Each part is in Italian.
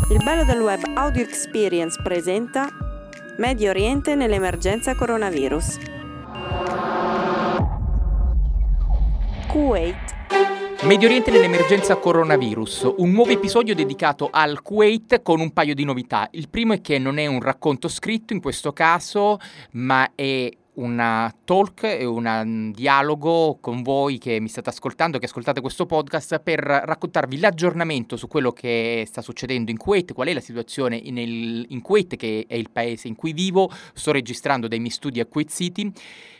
Il bello del web Audio Experience presenta Medio Oriente nell'emergenza coronavirus. Kuwait. Medio Oriente nell'emergenza coronavirus, un nuovo episodio dedicato al Kuwait con un paio di novità. Il primo è che non è un racconto scritto in questo caso, ma è una talk e un dialogo con voi che mi state ascoltando, che ascoltate questo podcast, per raccontarvi l'aggiornamento su quello che sta succedendo in Kuwait, qual è la situazione in Kuwait, che è il paese in cui vivo. Sto registrando dai miei studi a Kuwait City.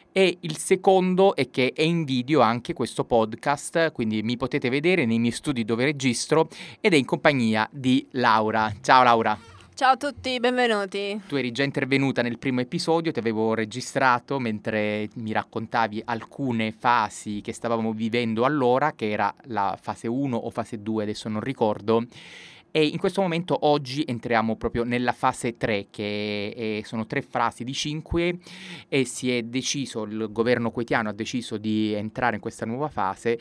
E il secondo è che è in video anche questo podcast, quindi mi potete vedere nei miei studi dove registro, ed è in compagnia di Laura. Ciao Laura. Ciao a tutti, benvenuti. Tu eri già intervenuta nel primo episodio, ti avevo registrato mentre mi raccontavi alcune fasi che stavamo vivendo allora, che era la fase 1 o fase 2, adesso non ricordo. E in questo momento oggi entriamo proprio nella fase 3, che sono 3 fasi di 5, e si è deciso, il governo kuwaitiano ha deciso di entrare in questa nuova fase,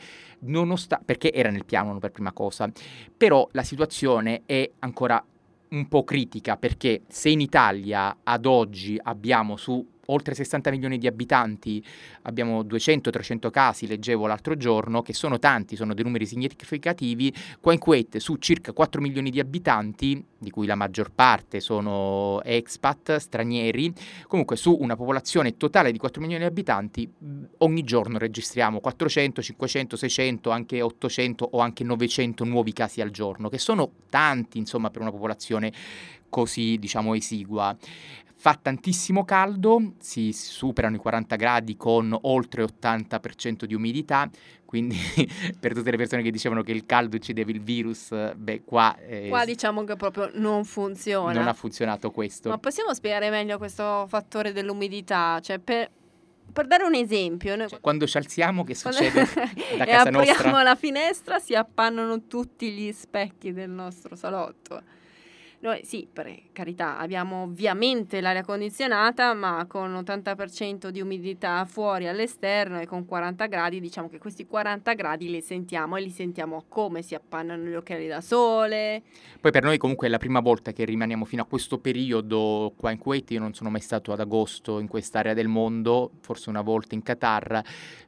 perché era nel piano per prima cosa, però la situazione è ancora un po' critica, perché se in Italia ad oggi abbiamo su oltre 60 milioni di abitanti, abbiamo 200-300 casi, leggevo l'altro giorno, che sono tanti, sono dei numeri significativi. Qua in Kuwait, su circa 4 milioni di abitanti, di cui la maggior parte sono expat, stranieri, comunque su una popolazione totale di 4 milioni di abitanti, ogni giorno registriamo 400, 500, 600, anche 800 o anche 900 nuovi casi al giorno, che sono tanti, insomma, per una popolazione così, diciamo, esigua. Fa tantissimo caldo, si superano i 40 gradi con oltre 80% di umidità, quindi per tutte le persone che dicevano che il caldo uccideva il virus, qua Diciamo che proprio non funziona. Non ha funzionato questo. Ma possiamo spiegare meglio questo fattore dell'umidità? Cioè, per dare un esempio, noi quando ci alziamo, che succede da e casa nostra? Apriamo la finestra, si appannano tutti gli specchi del nostro salotto. Noi sì, per carità, abbiamo ovviamente l'aria condizionata, ma con 80% di umidità fuori all'esterno e con 40 gradi, diciamo che questi 40 gradi li sentiamo, e li sentiamo come si appannano gli occhiali da sole. Poi per noi comunque è la prima volta che rimaniamo fino a questo periodo qua in Kuwait. Io non sono mai stato ad agosto in quest'area del mondo, forse una volta in Qatar,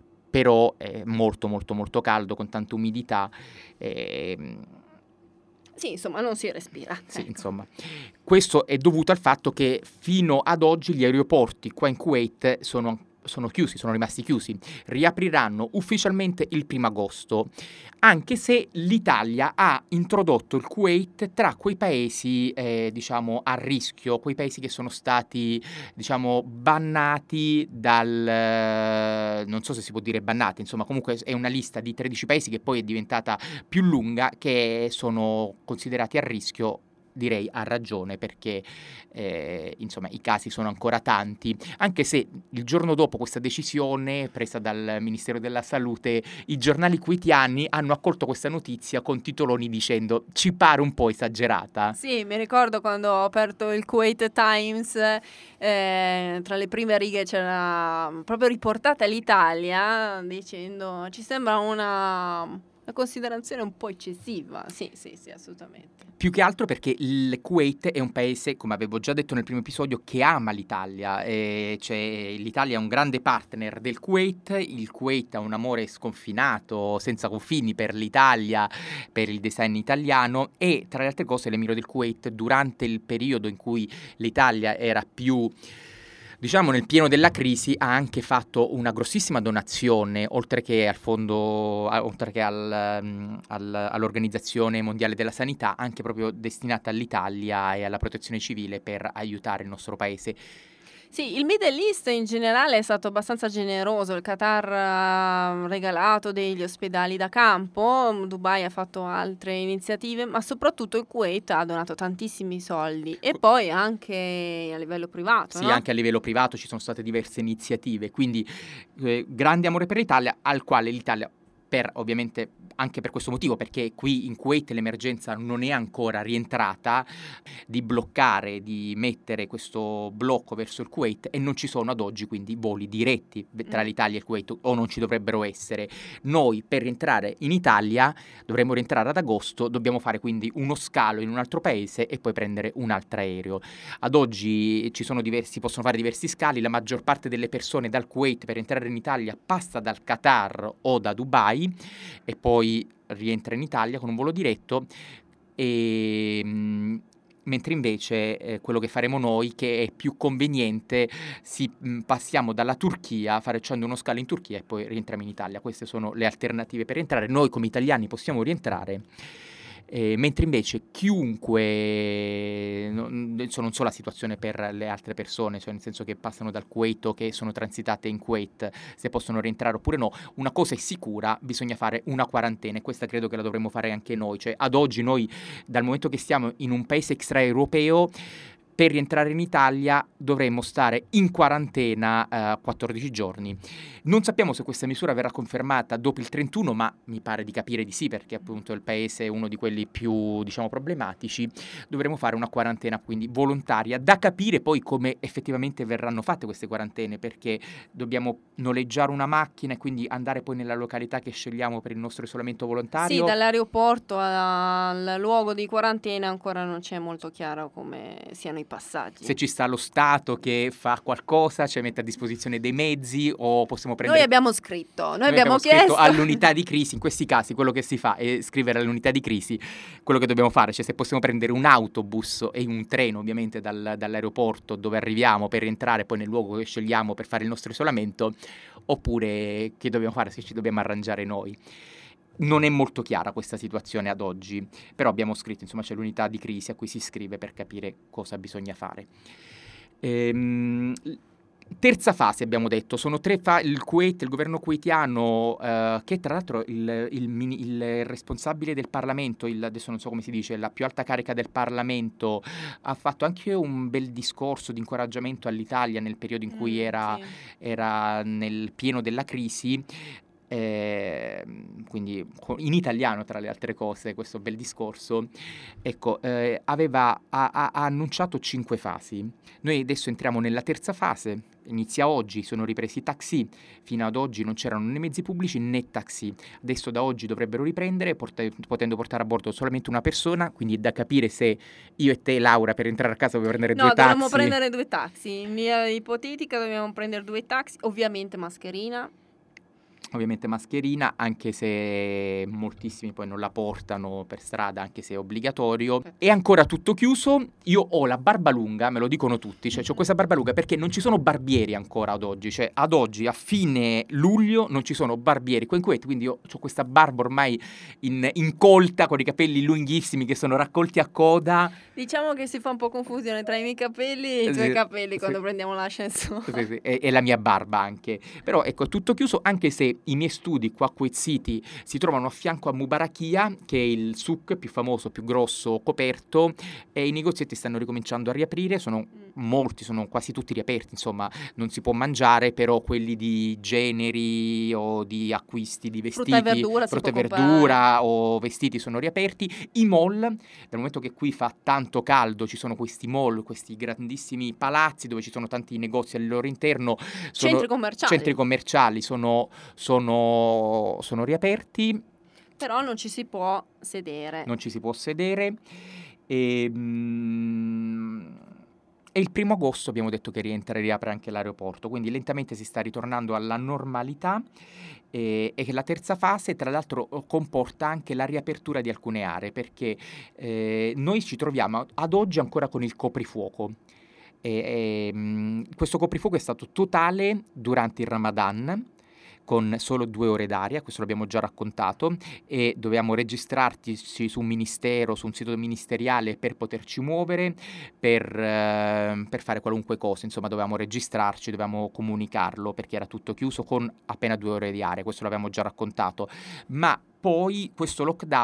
però è molto molto molto caldo, con tanta umidità. Sì, insomma, non si respira. Sì, ecco. insomma. Questo è dovuto al fatto che fino ad oggi gli aeroporti qua in Kuwait sono chiusi, sono rimasti chiusi. Riapriranno ufficialmente il 1° agosto, anche se l'Italia ha introdotto il Kuwait tra quei paesi, diciamo, a rischio, quei paesi che sono stati, diciamo, bannati non so se si può dire bannati, insomma, comunque è una lista di 13 paesi che poi è diventata più lunga, che sono considerati a rischio. Direi a ragione, perché insomma i casi sono ancora tanti, anche se il giorno dopo questa decisione presa dal Ministero della Salute, i giornali kuwaitiani hanno accolto questa notizia con titoloni dicendo: ci pare un po' esagerata. Sì, mi ricordo quando ho aperto il Kuwait Times, tra le prime righe c'era proprio riportata l'Italia dicendo: ci sembra una considerazione un po' eccessiva. Sì, assolutamente. Più che altro perché il Kuwait è un paese, come avevo già detto nel primo episodio, che ama l'Italia. Cioè, l'Italia è un grande partner del Kuwait, il Kuwait ha un amore sconfinato, senza confini per l'Italia, per il design italiano, e tra le altre cose l'Emiro del Kuwait, durante il periodo in cui l'Italia era più, diciamo, nel pieno della crisi, ha anche fatto una grossissima donazione, oltre che al fondo, oltre che all'Organizzazione Mondiale della Sanità, anche proprio destinata all'Italia e alla protezione civile per aiutare il nostro paese. Sì, il Middle East in generale è stato abbastanza generoso. Il Qatar ha regalato degli ospedali da campo, Dubai ha fatto altre iniziative, ma soprattutto il Kuwait ha donato tantissimi soldi, e poi anche a livello privato. Sì, no? Anche a livello privato ci sono state diverse iniziative, quindi grande amore per l'Italia, al quale l'Italia ovviamente anche per questo motivo, perché qui in Kuwait l'emergenza non è ancora rientrata, di bloccare, di mettere questo blocco verso il Kuwait, e non ci sono ad oggi quindi voli diretti tra l'Italia e il Kuwait, o non ci dovrebbero essere. Noi per rientrare in Italia dovremmo rientrare ad agosto, dobbiamo fare quindi uno scalo in un altro paese e poi prendere un altro aereo. Ad oggi si possono fare diversi scali, la maggior parte delle persone dal Kuwait per entrare in Italia passa dal Qatar o da Dubai e poi rientra in Italia con un volo diretto, mentre invece quello che faremo noi, che è più conveniente, passiamo dalla Turchia facendo uno scalo in Turchia e poi rientriamo in Italia. Queste sono le alternative per rientrare. Noi come italiani possiamo rientrare, mentre invece chiunque, non so la situazione per le altre persone, cioè nel senso che passano dal Kuwait o che sono transitate in Kuwait, se possono rientrare oppure no. Una cosa è sicura: bisogna fare una quarantena, e questa credo che la dovremmo fare anche noi. Cioè ad oggi noi, dal momento che stiamo in un paese extraeuropeo, per rientrare in Italia dovremmo stare in quarantena 14 giorni. Non sappiamo se questa misura verrà confermata dopo il 31, ma mi pare di capire di sì, perché appunto il paese è uno di quelli più, diciamo, problematici. Dovremo fare una quarantena quindi volontaria, da capire poi come effettivamente verranno fatte queste quarantene, perché dobbiamo noleggiare una macchina e quindi andare poi nella località che scegliamo per il nostro isolamento volontario. Sì, dall'aeroporto al luogo di quarantena ancora non c'è molto chiaro come siano i passaggi. Se ci sta lo Stato che fa qualcosa, cioè mette a disposizione dei mezzi, o possiamo prendere... Noi abbiamo scritto chiesto all'unità di crisi. In questi casi quello che si fa è scrivere all'unità di crisi quello che dobbiamo fare, cioè se possiamo prendere un autobus e un treno ovviamente dall'aeroporto dove arriviamo per rientrare poi nel luogo che scegliamo per fare il nostro isolamento, oppure che dobbiamo fare, se ci dobbiamo arrangiare noi. Non è molto chiara questa situazione ad oggi, però abbiamo scritto, insomma, c'è l'unità di crisi a cui si scrive per capire cosa bisogna fare. Terza fase, abbiamo detto, sono tre il Kuwait, il governo kuwaitiano, che tra l'altro il responsabile del Parlamento, adesso non so come si dice, la più alta carica del Parlamento, ha fatto anche un bel discorso di incoraggiamento all'Italia nel periodo in cui era nel pieno della crisi. Quindi in italiano, tra le altre cose, questo bel discorso, ecco, ha annunciato 5 fasi. Noi adesso entriamo nella terza fase, inizia oggi, sono ripresi i taxi. Fino ad oggi non c'erano né mezzi pubblici né taxi, adesso da oggi dovrebbero riprendere, potendo portare a bordo solamente una persona, quindi è da capire se io e te, Laura, per entrare a casa dobbiamo prendere due taxi. No, dobbiamo prendere 2 taxi, in via ipotetica dobbiamo prendere 2 taxi, ovviamente mascherina, anche se moltissimi poi non la portano per strada, anche se è obbligatorio. È ancora tutto chiuso. Io ho la barba lunga, me lo dicono tutti, cioè ho questa barba lunga perché non ci sono barbieri ancora ad oggi, cioè ad oggi a fine luglio non ci sono barbieri qua in Kuwait, quindi io ho questa barba ormai incolta, con i capelli lunghissimi che sono raccolti a coda. Diciamo che si fa un po' confusione tra i miei capelli e i tuoi capelli quando prendiamo l'ascensore. Sì, e la mia barba anche. Però ecco, è tutto chiuso, anche se i miei studi qua a Kuwait City si trovano a fianco a Mubarakia, che è il souk più famoso, più grosso, coperto, e i negozietti stanno ricominciando a riaprire, sono quasi tutti riaperti, insomma, non si può mangiare, però quelli di generi o di acquisti di vestiti, frutta e verdura o vestiti sono riaperti. I mall, dal momento che qui fa tanto caldo, ci sono questi mall, questi grandissimi palazzi dove ci sono tanti negozi al loro interno, centri commerciali sono riaperti. Però non ci si può sedere. E il 1° agosto abbiamo detto che riapre anche l'aeroporto, quindi lentamente si sta ritornando alla normalità, e che la terza fase tra l'altro comporta anche la riapertura di alcune aree, perché noi ci troviamo ad oggi ancora con il coprifuoco. Questo coprifuoco è stato totale durante il Ramadan, con solo 2 ore d'aria, questo l'abbiamo già raccontato, e dovevamo registrarci su un ministero, su un sito ministeriale per poterci muovere, per fare qualunque cosa, insomma dovevamo registrarci, dovevamo comunicarlo, perché era tutto chiuso con appena 2 ore di aria, questo l'abbiamo già raccontato. Ma Poi questo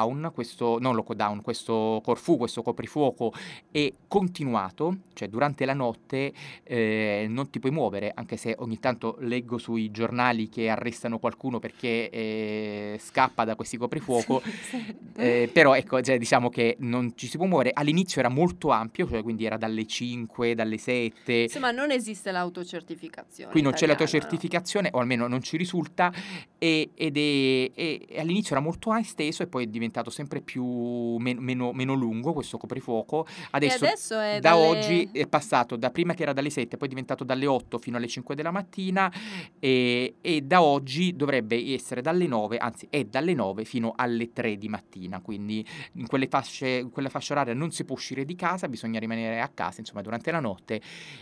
questo curfew, questo coprifuoco è continuato, cioè durante la notte non ti puoi muovere, anche se ogni tanto leggo sui giornali che arrestano qualcuno perché scappa da questi coprifuoco, però ecco, cioè, diciamo che non ci si può muovere. All'inizio era molto ampio, cioè quindi era dalle 5, dalle 7. Insomma, non esiste l'autocertificazione Qui non c'è italiana, l'autocertificazione, o almeno non ci risulta, e all'inizio era molto esteso e poi è diventato sempre più meno lungo questo coprifuoco. Adesso è da dalle... oggi è passato da prima che era dalle 7, poi è diventato dalle 8 fino alle 5 della mattina, e da oggi dovrebbe essere dalle 9, anzi è dalle 9 fino alle 3 di mattina, quindi in quella fascia oraria non si può uscire di casa, bisogna rimanere a casa, insomma, durante la notte.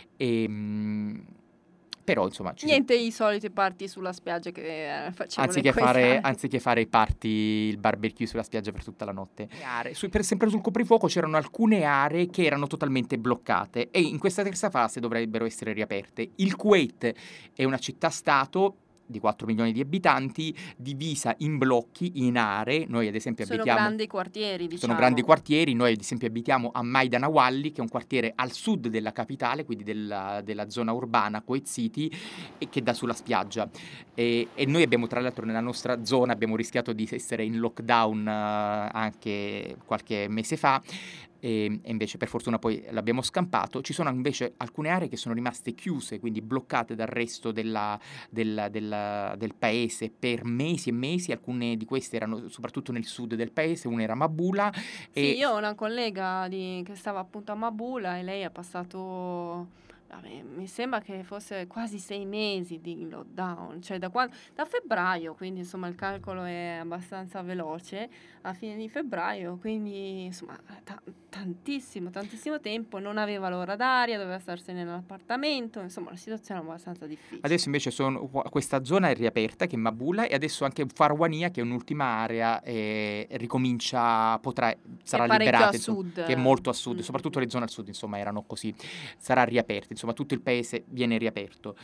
Però insomma niente i soliti party sulla spiaggia che facevano anziché fare i party, il barbecue sulla spiaggia per tutta la notte. Sempre sul coprifuoco c'erano alcune aree che erano totalmente bloccate e in questa terza fase dovrebbero essere riaperte. Il Kuwait è una città-stato di 4 milioni di abitanti, divisa in blocchi, in aree. Noi ad esempio sono grandi quartieri, diciamo. Sono grandi quartieri. Noi ad esempio abitiamo a Maidanawalli, che è un quartiere al sud della capitale, quindi della zona urbana, Kuwait City, e che dà sulla spiaggia. E noi abbiamo, tra l'altro, nella nostra zona abbiamo rischiato di essere in lockdown anche qualche mese fa. E invece per fortuna poi l'abbiamo scampato. Ci sono invece alcune aree che sono rimaste chiuse, quindi bloccate dal resto del paese per mesi e mesi. Alcune di queste erano soprattutto nel sud del paese, una era Mabula. Sì, io ho una collega che stava appunto a Mabula e lei ha passato... mi sembra che fosse quasi 6 mesi di lockdown, cioè da febbraio, quindi insomma il calcolo è abbastanza veloce, a fine di febbraio, quindi insomma tantissimo tempo, non aveva l'ora d'aria, doveva starsene nell'appartamento, insomma la situazione è abbastanza difficile. Adesso invece questa zona è riaperta, che è Mabula, e adesso anche Farwania, che è un'ultima area, sarà liberata, insomma, che è molto a sud, soprattutto le zone al sud, insomma, erano così, sarà riaperta, insomma tutto il paese viene riaperto.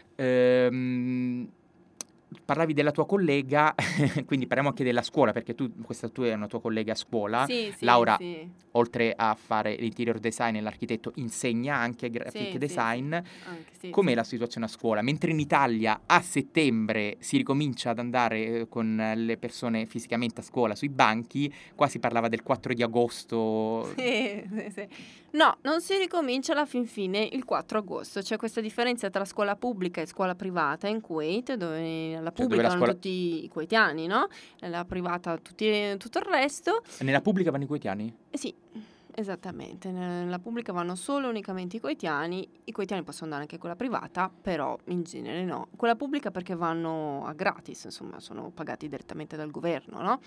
Parlavi della tua collega, quindi parliamo anche della scuola, perché questa tua è una tua collega a scuola. Sì, Laura, sì. oltre a fare l'interior design e l'architetto, insegna anche graphic design. Com'è la situazione a scuola? Mentre in Italia a settembre si ricomincia ad andare con le persone fisicamente a scuola sui banchi, qua si parlava del 4 di agosto. Sì. No, non si ricomincia alla fin fine il 4 agosto. C'è questa differenza tra scuola pubblica e scuola privata in Kuwait, dove la pubblica vanno tutti i kuwaitiani, no? La privata tutto il resto. Nella pubblica vanno i kuwaitiani? Sì, esattamente. Nella pubblica vanno solo e unicamente i kuwaitiani. I kuwaitiani possono andare anche quella privata, però in genere no. Quella pubblica perché vanno a gratis, insomma, sono pagati direttamente dal governo, no?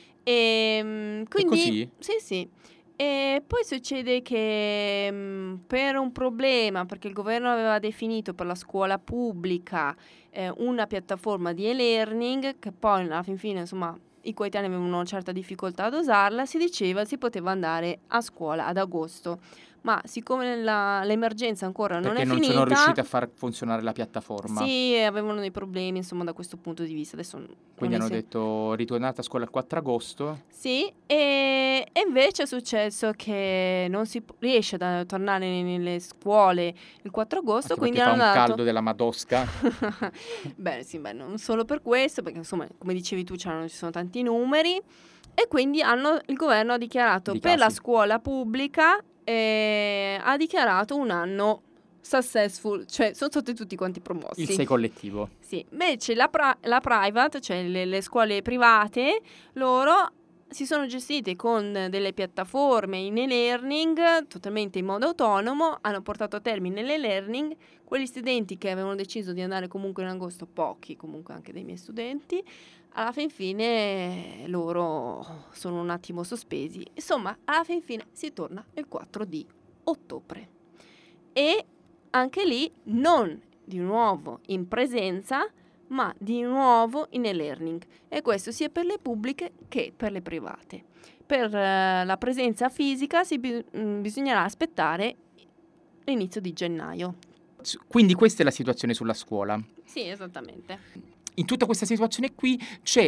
E quindi... È così? Sì. E poi succede che per un problema, perché il governo aveva definito per la scuola pubblica una piattaforma di e-learning, che poi alla fin fine, insomma, i kuwaitiani avevano una certa difficoltà ad usarla, si diceva si poteva andare a scuola ad agosto. Ma siccome l'emergenza ancora non è finita... Perché non sono riusciti a far funzionare la piattaforma. Sì, avevano dei problemi, insomma, da questo punto di vista. Adesso quindi hanno detto ritornate a scuola il 4 agosto? Sì, e invece è successo che non si riesce a tornare nelle scuole il 4 agosto, anche quindi hanno dato... un caldo della Madosca. non solo per questo, perché insomma, come dicevi tu, ci sono tanti numeri, e quindi il governo ha dichiarato per la scuola pubblica ha dichiarato un anno successful, cioè sono stati tutti quanti promossi. Il 6 collettivo. Sì, invece la private, cioè le scuole private, loro si sono gestite con delle piattaforme in e-learning totalmente in modo autonomo, hanno portato a termine l'e-learning. Quegli studenti che avevano deciso di andare comunque in agosto, pochi comunque anche dei miei studenti, alla fin fine loro sono un attimo sospesi. Insomma, alla fin fine si torna il 4 di ottobre. E anche lì non di nuovo in presenza, ma di nuovo in e-learning. E questo sia per le pubbliche che per le private. Per la presenza fisica bisognerà aspettare l'inizio di gennaio. Quindi questa è la situazione sulla scuola. Sì, esattamente. In tutta questa situazione qui c'è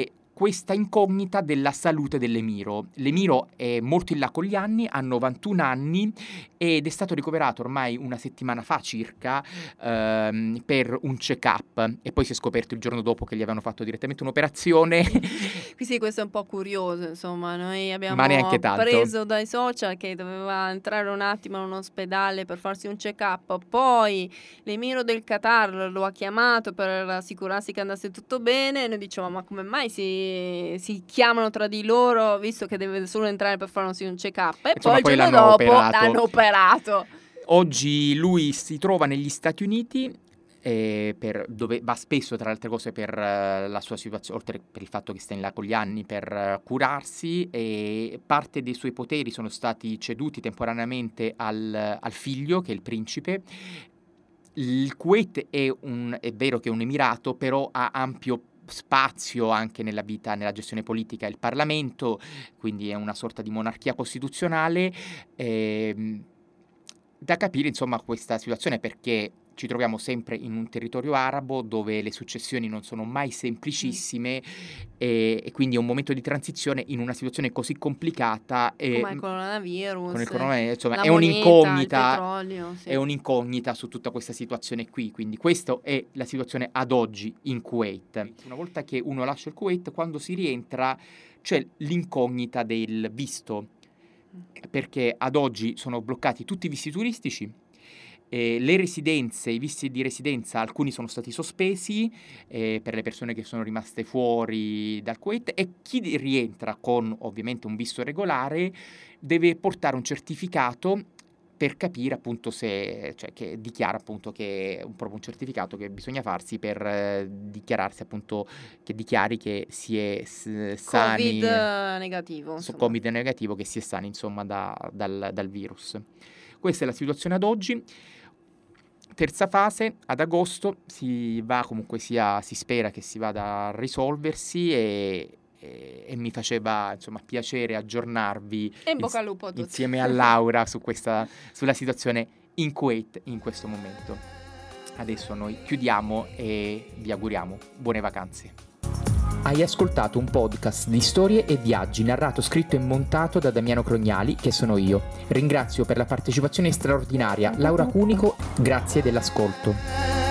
questa incognita della salute dell'emiro. L'emiro è molto in là con gli anni, ha 91 anni ed è stato ricoverato ormai una settimana fa circa per un check-up, e poi si è scoperto il giorno dopo che gli avevano fatto direttamente un'operazione. Sì, questo è un po' curioso, insomma, noi abbiamo Ma neanche tanto. preso dai social che doveva entrare un attimo in un ospedale per farsi un check-up, poi l'emiro del Qatar lo ha chiamato per assicurarsi che andasse tutto bene, e noi dicevamo: ma come mai si chiamano tra di loro visto che deve solo entrare per farsi un check-up? E Insomma, poi il poi giorno dopo operato. l'hanno operato. Oggi lui si trova negli Stati Uniti, dove va spesso, tra le altre cose, per la sua situazione, oltre per il fatto che sta in là con gli anni, per curarsi, e parte dei suoi poteri sono stati ceduti temporaneamente al figlio, che è il principe. Il Kuwait è vero che è un emirato, però ha ampio spazio anche nella vita, nella gestione politica, il Parlamento, quindi è una sorta di monarchia costituzionale. Da capire, insomma, questa situazione, perché ci troviamo sempre in un territorio arabo dove le successioni non sono mai semplicissime, e quindi è un momento di transizione in una situazione così complicata. Come il coronavirus, con il coronavirus, insomma, la è moneta, un'incognita, il petrolio, sì. è un'incognita su tutta questa situazione qui. Quindi questa è la situazione ad oggi in Kuwait. Una volta che uno lascia il Kuwait, quando si rientra c'è l'incognita del visto, perché ad oggi sono bloccati tutti i visti turistici, le residenze, i visti di residenza, alcuni sono stati sospesi per le persone che sono rimaste fuori dal Kuwait, e chi rientra con ovviamente un visto regolare deve portare un certificato per capire appunto se, cioè che dichiara appunto che è proprio un certificato che bisogna farsi per dichiararsi, appunto, che dichiari che si è sani, Covid negativo, su insomma. Covid negativo, che si è sani, insomma, dal virus. Questa è la situazione ad oggi. Terza fase, ad agosto si va, comunque sia, si spera che si vada a risolversi, e mi faceva, insomma, piacere aggiornarvi E in bocca al lupo a tutti. insieme a Laura sulla situazione in Kuwait in questo momento. Adesso noi chiudiamo e vi auguriamo buone vacanze. Hai ascoltato un podcast di storie e viaggi narrato, scritto e montato da Damiano Crognali, che sono io. Ringrazio per la partecipazione straordinaria Laura Cunico, grazie dell'ascolto.